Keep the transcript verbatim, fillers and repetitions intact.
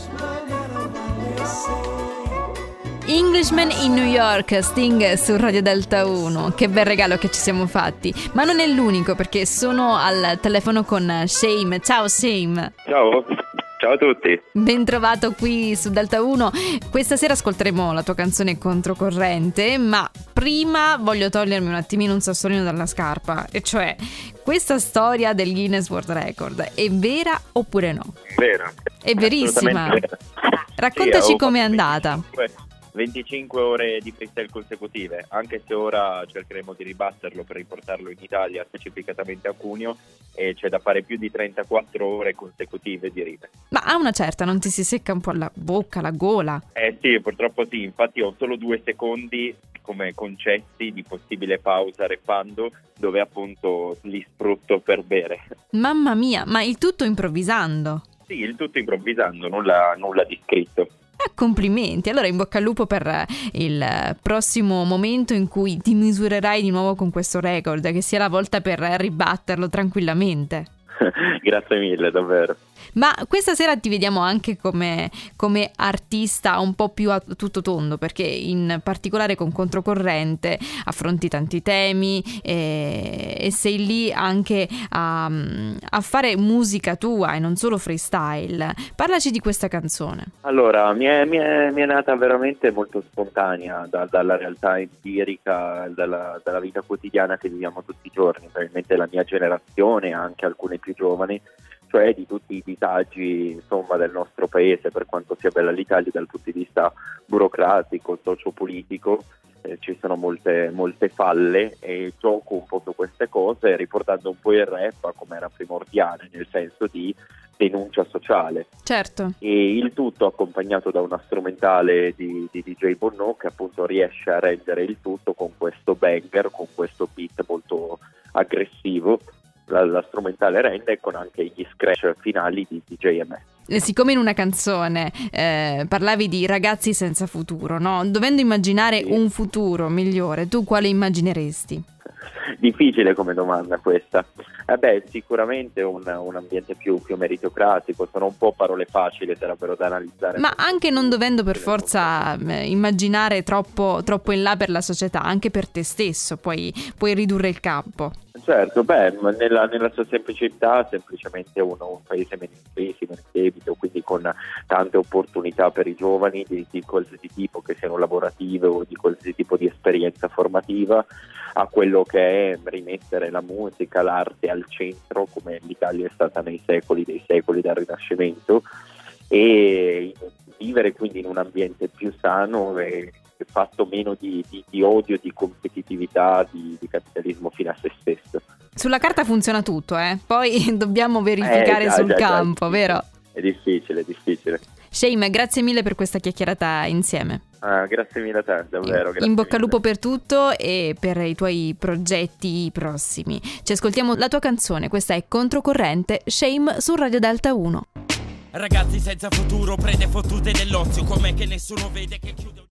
Englishman in New York, Sting su Radio Delta uno. Che bel regalo che ci siamo fatti. Ma non è l'unico, perché sono al telefono con Shame. Ciao Shame. Ciao, ciao a tutti. Ben trovato qui su Delta uno. Questa sera ascolteremo la tua canzone Controcorrente, ma prima voglio togliermi un attimino un sassolino dalla scarpa, e cioè, questa storia del Guinness World Record è vera oppure no? Vera. È verissima. Vera. Raccontaci Sì, com'è andata. venticinque ore di freestyle consecutive, anche se ora cercheremo di ribatterlo per riportarlo in Italia, specificatamente a Cuneo, e c'è da fare più di trentaquattro ore consecutive di rime. Ma a una certa non ti si secca un po' la bocca, la gola? Eh sì, purtroppo sì, infatti ho solo due secondi come concetti di possibile pausa rappando, dove appunto li sfrutto per bere. Mamma mia, ma il tutto improvvisando? Sì, il tutto improvvisando, nulla, nulla di scritto. Ah, complimenti, allora in bocca al lupo per il prossimo momento in cui ti misurerai di nuovo con questo record, che sia la volta per ribatterlo tranquillamente. Grazie mille, davvero. Ma questa sera ti vediamo anche come, come artista un po' più a tutto tondo, perché in particolare con Controcorrente affronti tanti temi e, e sei lì anche a, a fare musica tua e non solo freestyle. Parlaci di questa canzone. Allora, mi è, mi è, mi è nata veramente molto spontanea da, dalla realtà empirica, dalla, dalla vita quotidiana che viviamo tutti i giorni, probabilmente la mia generazione, anche alcune più giovani, cioè di tutti i disagi, insomma, del nostro paese, per quanto sia bella l'Italia dal punto di vista burocratico, sociopolitico. Eh, ci sono molte, molte falle, e gioco un po' su queste cose riportando un po' il rap come era primordiale, nel senso di denuncia sociale. Certo. E il tutto accompagnato da una strumentale di, di D J Bonneau, che appunto riesce a rendere il tutto con questo banger, con questo beat molto aggressivo. La, la strumentale rende, con anche gli scratch finali di D J M S. Siccome in una canzone eh, parlavi di ragazzi senza futuro, no? Dovendo immaginare Sì. un futuro migliore, tu quale immagineresti? Difficile come domanda questa. Eh beh, sicuramente un, un ambiente più, più meritocratico. Sono un po' parole facili, sarebbero da analizzare. Ma anche non dovendo per forza eh, immaginare troppo, troppo in là per la società, anche per te stesso puoi, puoi ridurre il campo. Certo, beh, nella, nella sua semplicità, semplicemente uno, un paese meno in crisi, meno in debito, quindi con tante opportunità per i giovani di, di qualsiasi tipo, che siano lavorative o di qualsiasi tipo di esperienza formativa, a quello che è rimettere la musica, l'arte al centro, come l'Italia è stata nei secoli dei secoli dal Rinascimento, e vivere quindi in un ambiente più sano e fatto meno di, di, di odio, di competitività, di, di capitalismo fino a se stesso. Sulla carta funziona tutto, eh? Poi dobbiamo verificare eh, già, sul già, campo, già, vero? È difficile, è difficile. Shame, grazie mille per questa chiacchierata insieme. Ah, grazie mille a te, davvero. In bocca al mille. lupo per tutto e per i tuoi progetti prossimi. Ci ascoltiamo la tua canzone, questa è Controcorrente, Shame su Radio Delta uno. Ragazzi senza futuro, prede fottute dell'ozio, come che nessuno vede che chiude.